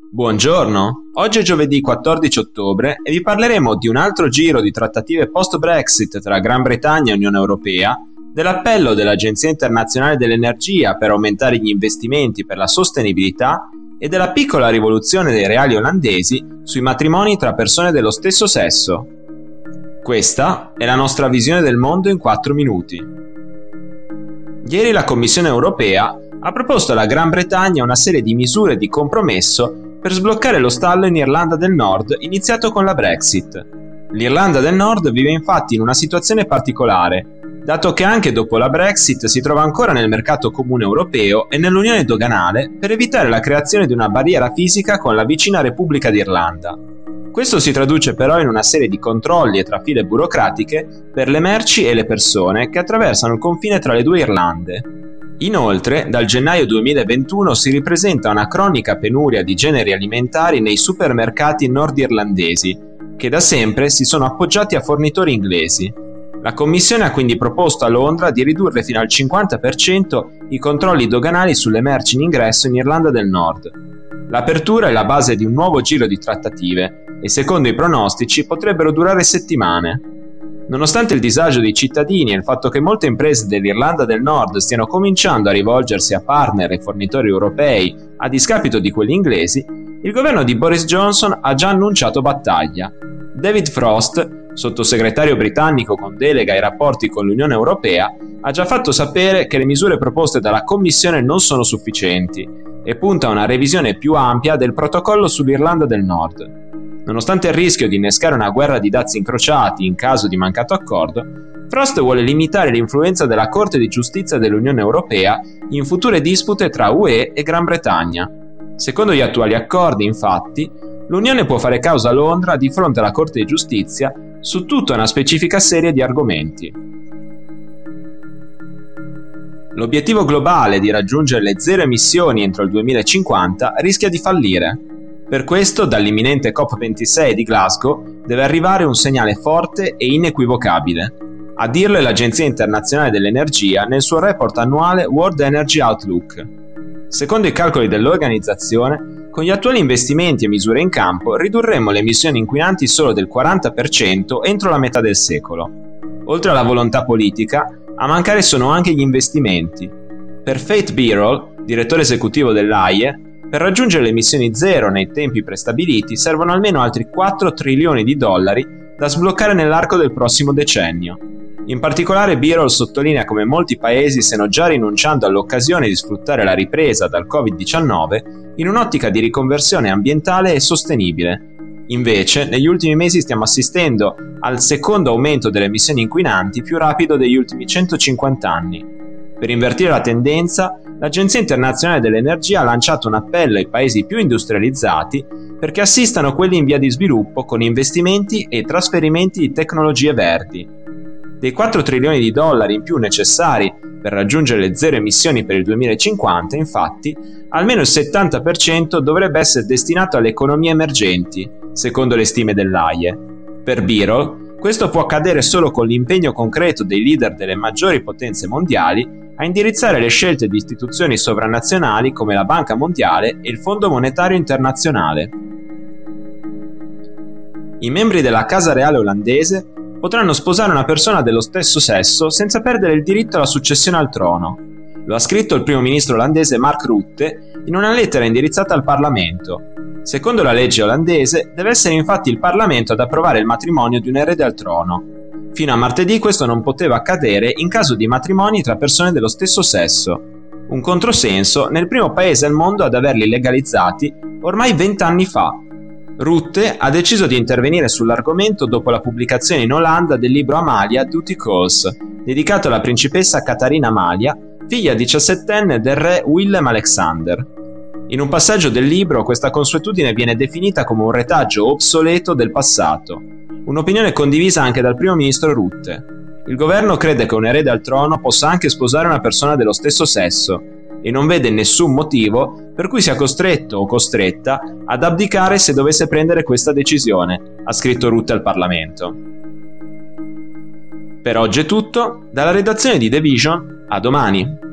Buongiorno, oggi è giovedì 14 ottobre e vi parleremo di un altro giro di trattative post-Brexit tra Gran Bretagna e Unione Europea, dell'appello dell'Agenzia Internazionale dell'Energia per aumentare gli investimenti per la sostenibilità e della piccola rivoluzione dei reali olandesi sui matrimoni tra persone dello stesso sesso. Questa è la nostra visione del mondo in 4 minuti. Ieri la Commissione Europea ha proposto alla Gran Bretagna una serie di misure di compromesso per sbloccare lo stallo in Irlanda del Nord iniziato con la Brexit. L'Irlanda del Nord vive infatti in una situazione particolare, dato che anche dopo la Brexit si trova ancora nel mercato comune europeo e nell'unione doganale per evitare la creazione di una barriera fisica con la vicina Repubblica d'Irlanda. Questo si traduce però in una serie di controlli e trafile burocratiche per le merci e le persone che attraversano il confine tra le due Irlande. Inoltre, dal gennaio 2021 si ripresenta una cronica penuria di generi alimentari nei supermercati nordirlandesi, che da sempre si sono appoggiati a fornitori inglesi. La Commissione ha quindi proposto a Londra di ridurre fino al 50% i controlli doganali sulle merci in ingresso in Irlanda del Nord. L'apertura è la base di un nuovo giro di trattative e secondo i pronostici potrebbero durare settimane. Nonostante il disagio dei cittadini e il fatto che molte imprese dell'Irlanda del Nord stiano cominciando a rivolgersi a partner e fornitori europei a discapito di quelli inglesi, il governo di Boris Johnson ha già annunciato battaglia. David Frost, sottosegretario britannico con delega ai rapporti con l'Unione Europea, ha già fatto sapere che le misure proposte dalla Commissione non sono sufficienti e punta a una revisione più ampia del protocollo sull'Irlanda del Nord. Nonostante il rischio di innescare una guerra di dazi incrociati in caso di mancato accordo, Frost vuole limitare l'influenza della Corte di Giustizia dell'Unione Europea in future dispute tra UE e Gran Bretagna. Secondo gli attuali accordi, infatti, l'Unione può fare causa a Londra di fronte alla Corte di Giustizia su tutta una specifica serie di argomenti. L'obiettivo globale di raggiungere le zero emissioni entro il 2050 rischia di fallire. Per questo, dall'imminente COP26 di Glasgow deve arrivare un segnale forte e inequivocabile. A dirlo è l'Agenzia Internazionale dell'Energia nel suo report annuale World Energy Outlook. Secondo i calcoli dell'organizzazione, con gli attuali investimenti e misure in campo ridurremmo le emissioni inquinanti solo del 40% entro la metà del secolo. Oltre alla volontà politica, a mancare sono anche gli investimenti. Per Faith Birol, direttore esecutivo dell'AIE, per raggiungere le emissioni zero nei tempi prestabiliti servono almeno altri 4 trilioni di dollari da sbloccare nell'arco del prossimo decennio. In particolare Birol sottolinea come molti paesi stiano già rinunciando all'occasione di sfruttare la ripresa dal Covid-19 in un'ottica di riconversione ambientale e sostenibile. Invece, negli ultimi mesi stiamo assistendo al secondo aumento delle emissioni inquinanti più rapido degli ultimi 150 anni. Per invertire la tendenza, l'Agenzia Internazionale dell'Energia ha lanciato un appello ai paesi più industrializzati perché assistano quelli in via di sviluppo con investimenti e trasferimenti di tecnologie verdi. Dei 4 trilioni di dollari in più necessari per raggiungere le zero emissioni per il 2050, infatti, almeno il 70% dovrebbe essere destinato alle economie emergenti, secondo le stime dell'AIE. Per Birol, questo può accadere solo con l'impegno concreto dei leader delle maggiori potenze mondiali a indirizzare le scelte di istituzioni sovranazionali come la Banca Mondiale e il Fondo Monetario Internazionale. I membri della Casa Reale olandese potranno sposare una persona dello stesso sesso senza perdere il diritto alla successione al trono. Lo ha scritto il primo ministro olandese Mark Rutte in una lettera indirizzata al Parlamento. Secondo la legge olandese, deve essere infatti il Parlamento ad approvare il matrimonio di un erede al trono. Fino a martedì questo non poteva accadere in caso di matrimoni tra persone dello stesso sesso. Un controsenso nel primo paese al mondo ad averli legalizzati ormai 20 anni fa. Rutte ha deciso di intervenire sull'argomento dopo la pubblicazione in Olanda del libro Amalia Duty Calls, dedicato alla principessa Catarina Amalia, figlia 17enne del re Willem Alexander. In un passaggio del libro questa consuetudine viene definita come un retaggio obsoleto del passato, un'opinione condivisa anche dal primo ministro Rutte. Il governo crede che un erede al trono possa anche sposare una persona dello stesso sesso e non vede nessun motivo per cui sia costretto o costretta ad abdicare se dovesse prendere questa decisione, ha scritto Rutte al Parlamento. Per oggi è tutto, dalla redazione di The Vision, a domani.